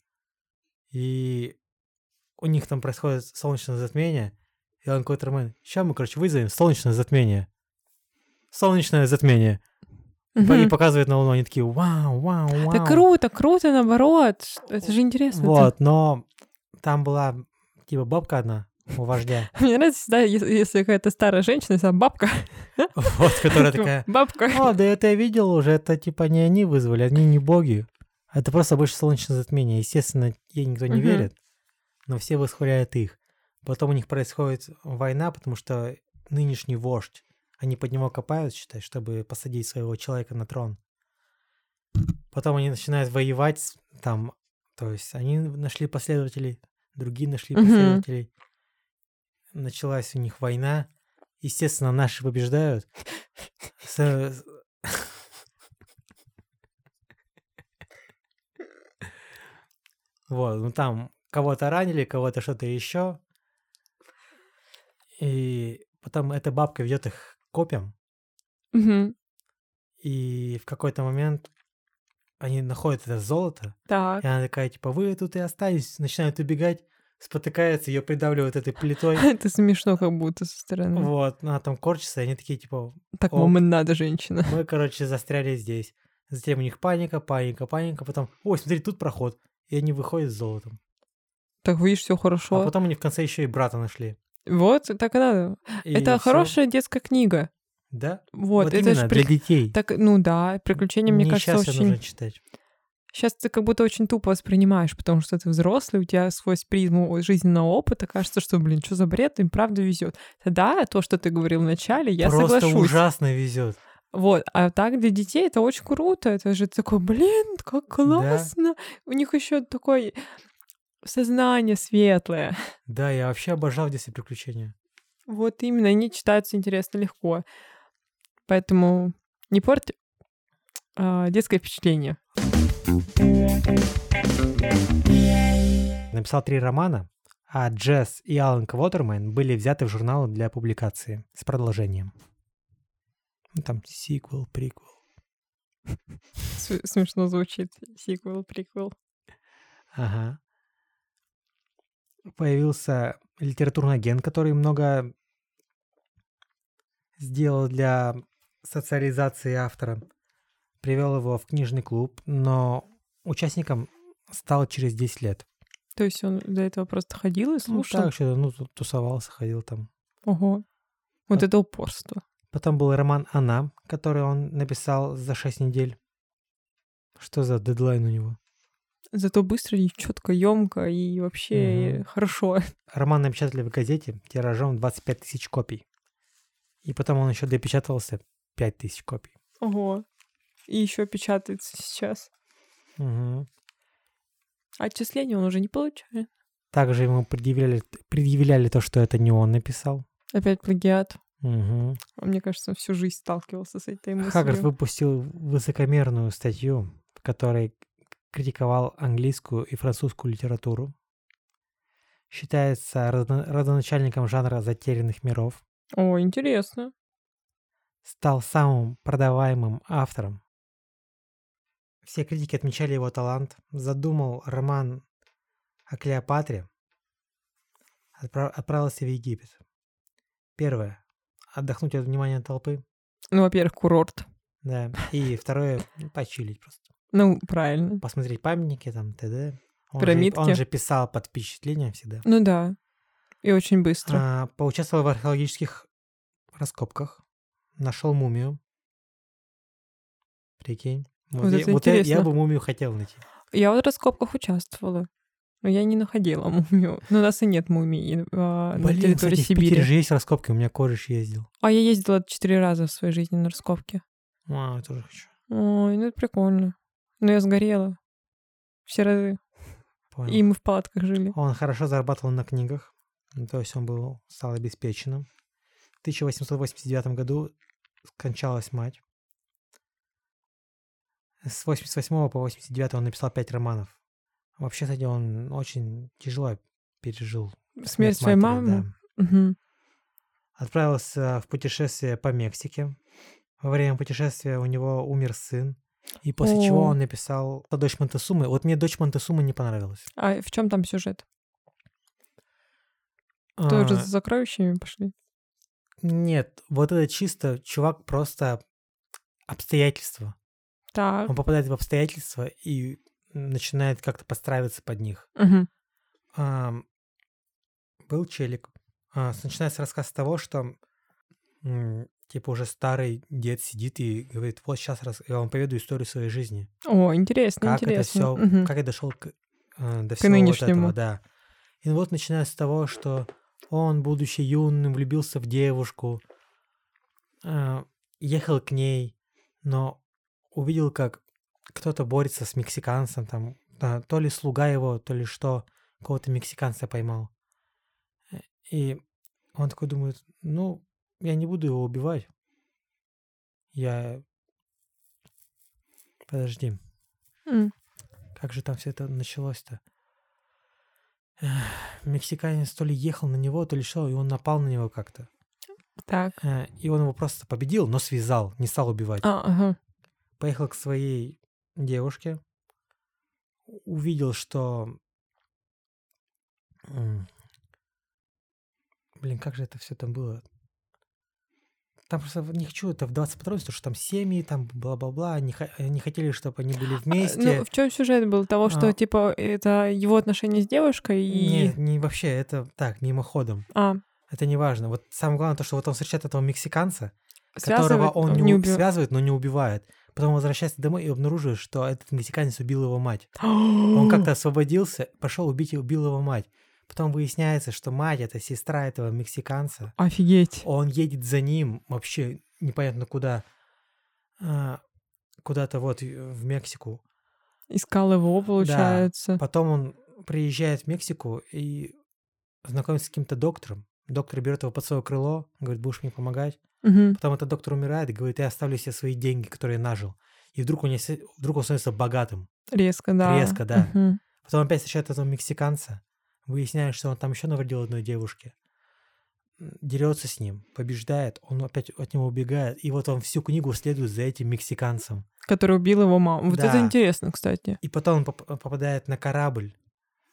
A: И у них там происходит солнечное затмение. И Алан Квотермейн, ща мы, короче, вызовем солнечное затмение. Солнечное затмение.
B: Угу.
A: И показывает на Луну, они такие, вау, вау, вау.
B: Да круто, круто, наоборот. Это же интересно.
A: Вот, но там была типа бабка одна у вождя.
B: Мне нравится всегда, если, если какая-то старая женщина, если бабка.
A: Вот, которая такая,
B: бабка.
A: о, да это я видел уже, это типа не они вызвали, они не боги. Это просто больше солнечное затмение. Естественно, ей никто не
B: Мгм.
A: верит, но все восхваляют их. Потом у них происходит война, потому что нынешний вождь, они под него копают, считай, чтобы посадить своего человека на трон. Потом они начинают воевать с- там, то есть они нашли последователей, другие нашли
B: Мгм.
A: последователей. Началась у них война. Естественно, наши побеждают. С- Вот, ну там кого-то ранили, кого-то что-то еще. И потом эта бабка ведет их к копьям.
B: Мгм.
A: И в какой-то момент они находят это золото.
B: Так.
A: И она такая, типа, вы тут и остались. Начинают убегать, спотыкается, ее придавливают этой плитой.
B: Это смешно как будто со стороны.
A: Вот, она там корчится, и они такие, типа,
B: Так
A: Оп.
B: вам и надо, женщина.
A: мы, короче, застряли здесь. Затем у них паника, паника, паника. Потом, ой, смотри, тут проход. И они выходят с золотом.
B: Так видишь, все хорошо.
A: А потом они в конце еще и брата нашли.
B: Вот, так и надо.
A: И
B: Это
A: всё.
B: хорошая детская книга.
A: Да?
B: Вот,
A: Вот
B: это
A: именно,
B: ж
A: для
B: прик-
A: детей.
B: Так, ну да, приключения, мне
A: Не
B: кажется,
A: сейчас
B: очень...
A: нужно читать.
B: Сейчас ты как будто очень тупо воспринимаешь, потому что ты взрослый, у тебя сквозь призму жизненного опыта кажется, что, блин, что за бред, им правда везет. Да, то, что ты говорил в начале, я
A: Просто
B: соглашусь.
A: ужасно везет.
B: Вот, а так для детей это очень круто. Это же такой, блин, как классно. У них еще такое сознание светлое.
A: Да, я вообще обожал в детстве приключения.
B: Вот именно, они читаются интересно, легко. Поэтому не порть а, детское впечатление.
A: Написал три романа, а Джесс и Алан Квотермейн были взяты в журналы для публикации с продолжением. Ну, там сиквел, приквел.
B: С- Смешно звучит. Сиквел, приквел.
A: Ага. появился литературный агент, который много сделал для социализации автора. Привел его в книжный клуб, но участником стал через десять лет.
B: То есть он до этого просто ходил и слушал?
A: Ну, так что, ну, тусовался, ходил там.
B: Ого. Вот а... это упорство.
A: Потом был роман «Она», который он написал за шесть недель. Что за дедлайн у него?
B: Зато быстро и четко, емко и вообще угу. хорошо.
A: Роман напечатали в газете тиражом двадцать пять тысяч копий. И потом он еще допечатывался пять тысяч копий.
B: Ого. И еще печатается сейчас.
A: Угу.
B: А отчисления он уже не получает.
A: Также ему предъявляли, предъявляли то, что это не он написал.
B: Опять плагиат.
A: Угу.
B: Мне кажется, он всю жизнь сталкивался с этой мыслью.
A: Хаггард выпустил высокомерную статью, в которой критиковал английскую и французскую литературу. Считается родоначальником жанра затерянных миров.
B: О, интересно.
A: Стал самым продаваемым автором. Все критики отмечали его талант. Задумал роман о Клеопатре. Отправ... Отправился в Египет. Первое. Отдохнуть от внимания толпы.
B: Ну, во-первых, курорт.
A: Да. И второе, почилить просто.
B: Ну, правильно.
A: Посмотреть памятники, там, т.д. Он
B: Пирамидки.
A: Же, он же писал под впечатлением всегда.
B: Ну да. И очень быстро.
A: А, поучаствовал в археологических раскопках. Нашел мумию. Прикинь. Вот,
B: вот,
A: я,
B: это
A: вот я,
B: интересно.
A: я бы мумию хотел найти.
B: Я вот в раскопках участвовала. Но я не находила мумию. Но у нас и нет мумии а,
A: Блин,
B: на территории
A: кстати,
B: Сибири.
A: в Питере же есть раскопки. У меня кореш ездил.
B: А я ездила четыре раза в своей жизни на раскопки.
A: А, я тоже хочу.
B: Ой, ну это прикольно. Но я сгорела. Все разы.
A: Понял.
B: И мы в палатках жили.
A: Он хорошо зарабатывал на книгах. То есть он был, стал обеспеченным. В тысяча восемьсот восемьдесят девятом году скончалась мать. С восемьдесят восьмого по восемьдесят девятый он написал пять романов. Вообще, кстати, он очень тяжело пережил
B: смерть, смерть своей
A: матери,
B: мамы.
A: Да.
B: Угу.
A: Отправился в путешествие по Мексике. Во время путешествия у него умер сын. И после
B: О.
A: чего он написал «Дочь Монтесумы». Вот мне «Дочь Монтесумы» не понравилась.
B: А в чем там сюжет?
A: А...
B: Тоже за сокровищами пошли?
A: Нет, вот это чисто чувак просто обстоятельства.
B: Так.
A: Он попадает в обстоятельства и начинает как-то подстраиваться под них.
B: Угу.
A: А, был челик. А, начинается рассказ с того, что м, типа уже старый дед сидит и говорит, вот сейчас раз... я вам поведу историю своей жизни.
B: О, интересно,
A: как
B: интересно.
A: Это все,
B: угу.
A: Как я дошел к, э, до
B: к
A: всего
B: нынешнему.
A: вот этого, да. И вот начинается с того, что он, будучи юным, влюбился в девушку, э, ехал к ней, но увидел, как кто-то борется с мексиканцем, там, да, то ли слуга его, то ли что, какого-то мексиканца поймал. И он такой думает, ну, я не буду его убивать. Я... Подожди.
B: Mm.
A: Как же там все это началось-то? Мексиканец то ли ехал на него, то ли что, и он напал на него как-то.
B: Так.
A: И он его просто победил, но связал, не стал убивать.
B: А, ага.
A: Поехал к своей девушке, увидел, что... Блин, как же это все там было? Там просто не хочу это вдаваться в подробности, потому что там семьи, там бла-бла-бла, они, они хотели, чтобы они были вместе.
B: Ну, в чем сюжет был? Того, что, а... типа, это его отношения с девушкой и...
A: Нет, не вообще, это так, мимоходом.
B: А.
A: Это не важно. Вот самое главное то, что вот он встречает этого мексиканца,
B: связывает,
A: которого он не,
B: не
A: убив... связывает, но не убивает. Потом возвращается домой и обнаруживает, что этот мексиканец убил его мать. Он как-то освободился, пошел убить и убил его мать. Потом выясняется, что мать — это сестра этого мексиканца.
B: Офигеть.
A: Он едет за ним вообще непонятно куда. Куда-то вот в Мексику.
B: Искал его, получается.
A: Да. Потом он приезжает в Мексику и знакомится с каким-то доктором. Доктор берет его под свое крыло, говорит, будешь мне помогать.
B: Угу.
A: Потом этот доктор умирает и говорит, я оставлю себе свои деньги, которые я нажил. И вдруг он, вдруг он становится богатым.
B: Резко, да.
A: Резко, да.
B: Угу.
A: Потом опять встречает этого мексиканца. Выясняет, что он там еще навредил одной девушке. Дерется с ним, побеждает, он опять от него убегает. И вот он всю книгу следует за этим мексиканцем.
B: Который убил его маму. Вот
A: да.
B: это интересно, кстати.
A: И потом он поп- попадает на корабль,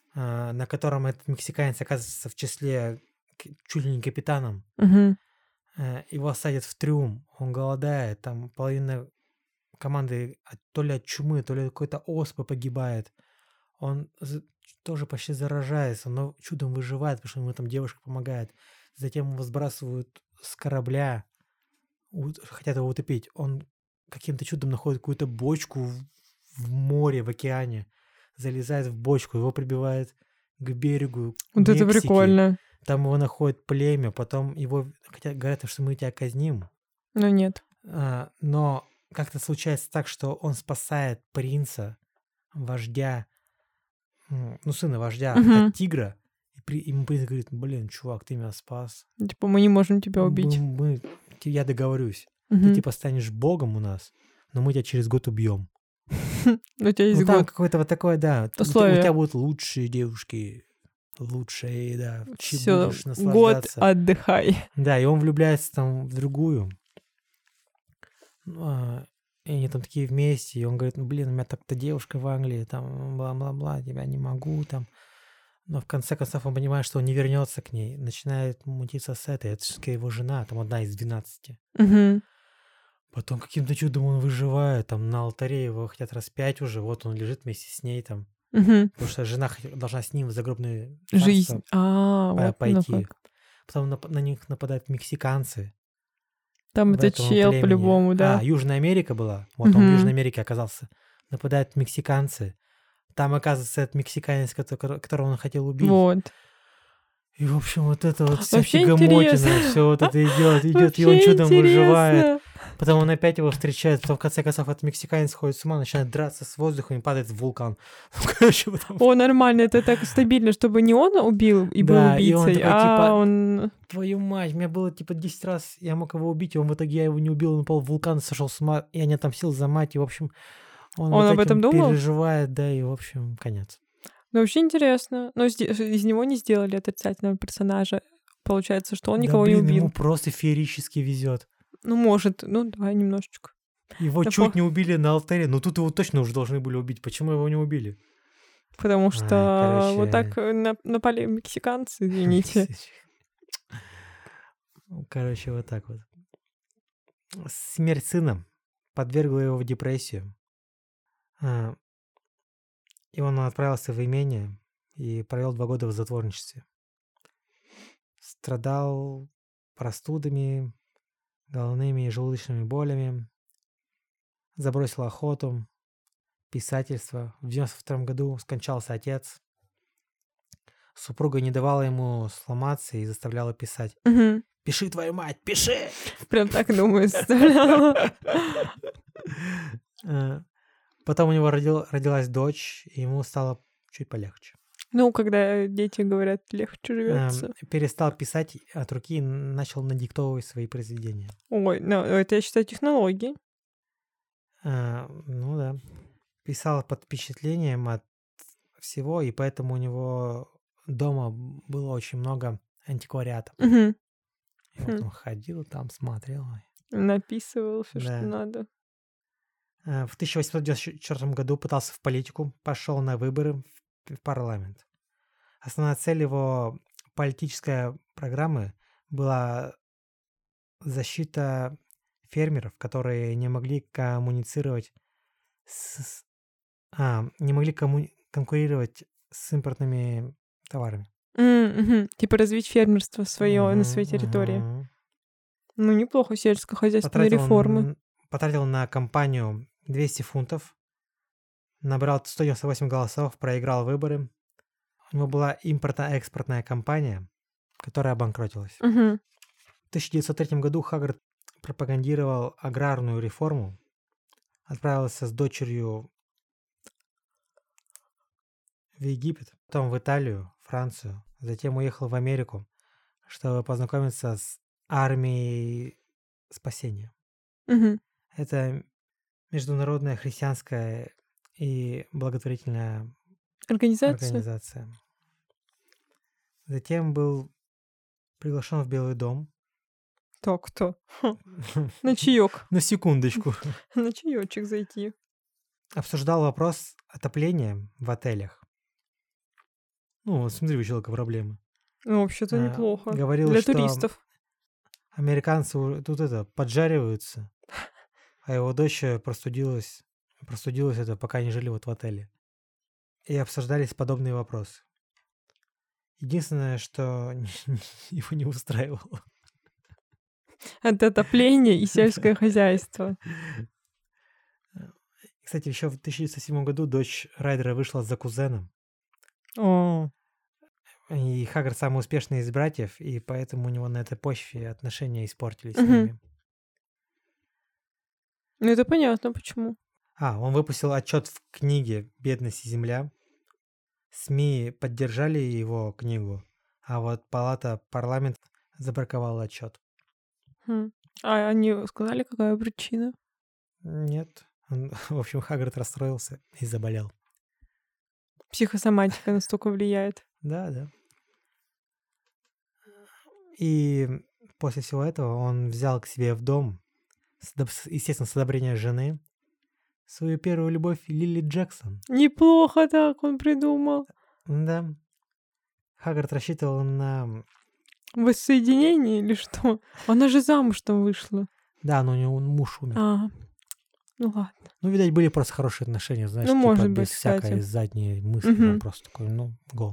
A: а, на котором этот мексиканец оказывается в числе к- чуть ли не капитаном.
B: Мгм.
A: Э, Его садят в трюм, он голодает, там половина команды от- то ли от чумы, то ли от какой-то оспы погибает. Он за- тоже почти заражается, но чудом выживает, потому что ему там девушка помогает. Затем его сбрасывают с корабля, ут- хотят его утопить. Он каким-то чудом находит какую-то бочку в, в море, в океане, залезает в бочку, его прибивает к берегу
B: Вот это
A: Мексики.
B: прикольно.
A: Там его находит племя, потом его хотят, говорят, что мы тебя казним.
B: Но нет.
A: А, но как-то случается так, что он спасает принца, вождя, м, ну, сына вождя
B: Мгм.
A: от тигра. И при- ему принц говорит: блин, чувак, ты меня спас.
B: Типа мы не можем тебя убить.
A: Мы, мы- те- я договорюсь. Ты
B: Мгм.
A: типа станешь богом у нас, но мы тебя через год убьем.
B: У тебя есть
A: Ну, там
B: год.
A: какое-то вот такое, да. У те- У
B: Условия.
A: тебя будут лучшие девушки. Лучшие, да. Чи
B: Все,
A: будешь
B: год
A: наслаждаться.
B: отдыхай.
A: Да, и он влюбляется там в другую. Ну, а, и они там такие вместе, и он говорит: ну, блин, у меня так-то девушка в Англии, там, бла-бла-бла, тебя не могу, там. Но в конце концов он понимает, что он не вернется к ней, начинает мутиться с этой, это все-таки его жена, там одна из двенадцати.
B: Мгм.
A: Потом каким-то чудом он выживает, там на алтаре его хотят распять уже, вот он лежит вместе с ней там,
B: Мгм.
A: потому что жена хот- должна с ним в загробное
B: Жизнь.
A: царство
B: А,
A: по-
B: вот оно
A: пойти.
B: как.
A: Потом нап- на них нападают мексиканцы
B: Там
A: в
B: это
A: этом
B: чел
A: племени.
B: по-любому,
A: А,
B: да?
A: Южная Америка была, вот он в
B: Мгм.
A: Южной Америке оказался. Нападают мексиканцы. Там, оказывается, этот мексиканец, кото- которого он хотел убить.
B: Вот.
A: И, в общем, вот это вот вся
B: Вообще
A: тягомотина,
B: интересно.
A: все вот это идет, идет, и он
B: Вообще
A: чудом выживает.
B: интересно.
A: Потом он опять его встречает, потом в конце концов этот мексиканец сходит с ума, начинает драться с воздухом и падает в вулкан. Ну, короче, вот там-
B: О, нормально, это так стабильно, чтобы не он убил и был
A: Да, и он
B: убийцей,
A: такой,
B: а
A: типа,
B: он...
A: твою мать, у меня было типа десять раз, я мог его убить, и он в итоге я его не убил, он упал в вулкан, сошел с ума, я не отомстил за мать, и, в общем, он,
B: Он
A: вот
B: об этом
A: этим
B: думал?
A: переживает, да, и, в общем, конец.
B: Ну, вообще интересно. Но сде- из него не сделали отрицательного персонажа. Получается, что он
A: Да,
B: никого не
A: блин, ему
B: убил.
A: просто феерически везет.
B: Ну, может. Ну, давай немножечко.
A: Его
B: Да
A: чуть
B: по-
A: не убили на алтаре, но тут его точно уже должны были убить. Почему его не убили?
B: Потому
A: А,
B: что вот
A: короче,
B: так э, на- напали мексиканцы, извините.
A: Ну, короче, вот так вот. Смерть сына подвергла его в депрессию. А, И он отправился в имение и провел два года в затворничестве. Страдал простудами, головными и желудочными болями, забросил охоту, писательство. В девяносто втором году скончался отец. Супруга не давала ему сломаться и заставляла писать.
B: Мгм.
A: «Пиши, твою мать, пиши!»
B: Прям так, думаю, заставляла.
A: Э, Потом у него родил- родилась дочь, и ему стало чуть полегче.
B: Ну, когда дети говорят, легче
A: Эм,
B: живется.
A: Перестал писать от руки и начал надиктовывать свои произведения.
B: Ой, ну, это, я считаю, технологии.
A: Э, Ну да. Писал под впечатлением от всего, и поэтому у него дома было очень много антиквариата.
B: Мгм.
A: И вот
B: Хм.
A: он ходил там, смотрел.
B: Написывал все, что
A: Да.
B: надо.
A: Э, В тысяча восемьсот девяносто четвёртом году пытался в политику, пошел на выборы в в парламент. Основная цель его политической программы была защита фермеров, которые не могли коммуницировать с... с- А, не могли комму- конкурировать с импортными товарами.
B: М, мгм. Типа развить фермерство свое на
A: Мгм,
B: своей территории.
A: мгм.
B: Ну, неплохо, сельскохозяйственные
A: Потратил,
B: реформы.
A: н- потратил на кампанию двести фунтов, набрал сто девяносто восемь голосов, проиграл выборы. У него была импортно-экспортная компания, которая обанкротилась.
B: Мгм.
A: В тысяча девятьсот третьем году Хаггард пропагандировал аграрную реформу, отправился с дочерью в Египет, потом в Италию, Францию, затем уехал в Америку, чтобы познакомиться с армией спасения.
B: Мгм.
A: Это международная христианская и благотворительная
B: Организация?
A: организация. Затем был приглашен в Белый дом.
B: Так, кто? На чаек.
A: На секундочку.
B: На чаечек зайти.
A: Обсуждал вопрос отопления в отелях. Ну, вот смотри, у человека проблемы.
B: Ну, вообще-то
A: А,
B: неплохо.
A: говорил,
B: Для
A: что
B: туристов.
A: американцы у- тут это поджариваются, а его дочь э, простудилась, простудилась это, пока они жили вот в отеле. И обсуждались подобные вопросы. Единственное, что его не устраивало.
B: Это отопление и сельское хозяйство.
A: Кстати, еще в тысяча девятьсот седьмом году дочь Райдера вышла за кузеном.
B: О,
A: И Хаггард самый успешный из братьев, и поэтому у него на этой почве отношения испортились с
B: Мгм.
A: ними.
B: ну это понятно, почему.
A: А, он выпустил отчет в книге «Бедность и земля». СМИ поддержали его книгу, а вот палата парламента забраковала отчет.
B: Хм. А они сказали, какая причина?
A: Нет. Он, в общем, Хаггард расстроился и заболел.
B: Психосоматика настолько влияет.
A: Да, да. И после всего этого он взял к себе в дом, с одоб- с- естественно, с одобрения жены, свою первую любовь Лили Джексон.
B: Неплохо так он придумал.
A: Да. Хаггард рассчитывал на...
B: Воссоединение или что? Она же замуж там вышла.
A: Да, но у него муж умер.
B: А, ну ладно.
A: Ну, видать, были просто хорошие отношения, знаешь,
B: Ну,
A: типа
B: может
A: без
B: быть,
A: всякой
B: кстати.
A: задней мысли. Там
B: Мгм.
A: просто такой, ну, гол.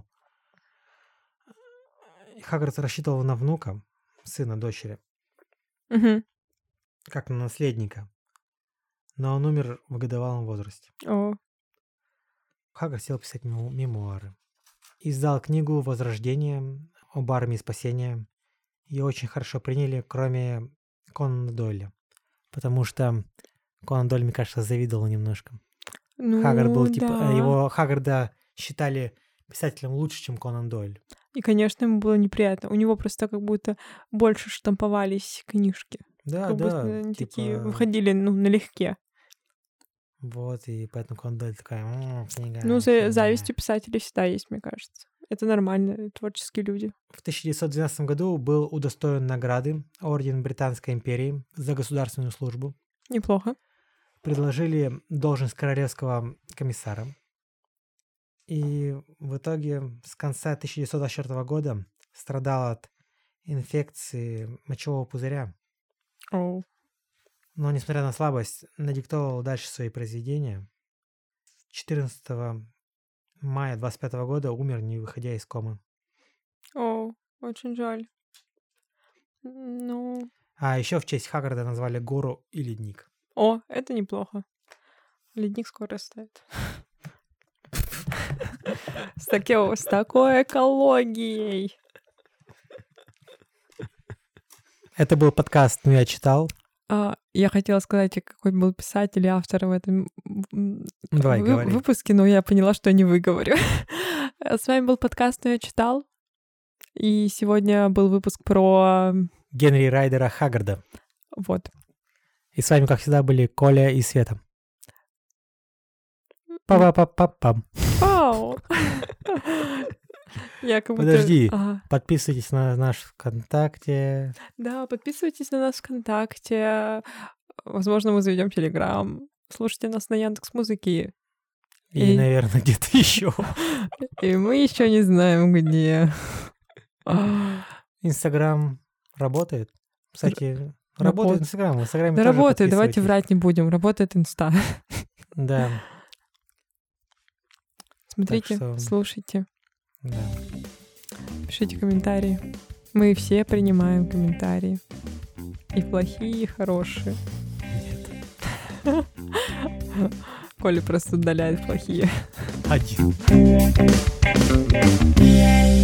A: И Хаггард рассчитывал на внука, сына дочери,
B: Мгм.
A: как на наследника. Но он умер в годовалом возрасте.
B: О,
A: Хаггард сел писать мему- мемуары. Издал книгу «Возрождение» об армии спасения. Ее очень хорошо приняли, кроме Конана Дойля. Потому что Конан Дойль, мне кажется, завидовал немножко.
B: ну
A: Хаггард был типа...
B: да.
A: э, Его Хаггарда считали писателем лучше, чем Конан Дойль.
B: И, конечно, ему было неприятно. У него просто как будто больше штамповались книжки.
A: Да,
B: Как
A: да.
B: будто они такие
A: типа,
B: выходили, ну, налегке.
A: Вот, и поэтому Конан Дойль такая... «М, книга,
B: Ну, за
A: фигня».
B: завистью писателей всегда есть, мне кажется. Это нормально, творческие люди.
A: В тысяча девятьсот двенадцатом году был удостоен награды Орден Британской империи за государственную службу.
B: Неплохо.
A: Предложили должность королевского комиссара. И в итоге с конца тысяча девятьсот двадцать четвёртого года страдал от инфекции мочевого пузыря.
B: Оу.
A: Но, несмотря на слабость, надиктовал дальше свои произведения. четырнадцатого мая двадцать пятого года умер, не выходя из комы.
B: О, очень жаль. Ну,
A: А еще в честь Хаггарда назвали гору и ледник.
B: о, это неплохо. Ледник скоро растает. С таки- с такой экологией.
A: Это был подкаст «Ну я читал».
B: А, я хотела сказать, какой был писатель и автор в этом м,
A: Давай,
B: вы-
A: говори.
B: выпуске, но я поняла, что не выговорю. С вами был подкаст «Ну я читал». И сегодня был выпуск про...
A: Генри Райдера Хаггарда.
B: Вот.
A: И с вами, как всегда, были Коля и Света. Па-па-па-па-пам.
B: Вау! Я как будто...
A: Подожди.
B: Ага.
A: Подписывайтесь на наш ВКонтакте.
B: Да, подписывайтесь на нас ВКонтакте. Возможно, мы заведем Телеграм. Слушайте нас на Яндекс.Музыке.
A: И,
B: И-
A: наверное, где-то еще.
B: И мы еще не знаем, где.
A: Инстаграм работает. Кстати, работает
B: работает.
A: Инстаграм. В Инстаграме
B: Да
A: тоже
B: работает, давайте
A: подписывайтесь.
B: врать не будем. Работает инста.
A: Да,
B: Смотрите,
A: что-
B: слушайте,
A: да.
B: пишите комментарии. Мы все принимаем комментарии. И плохие, и хорошие.
A: Нет.
B: Коля просто удаляет плохие.
A: Один.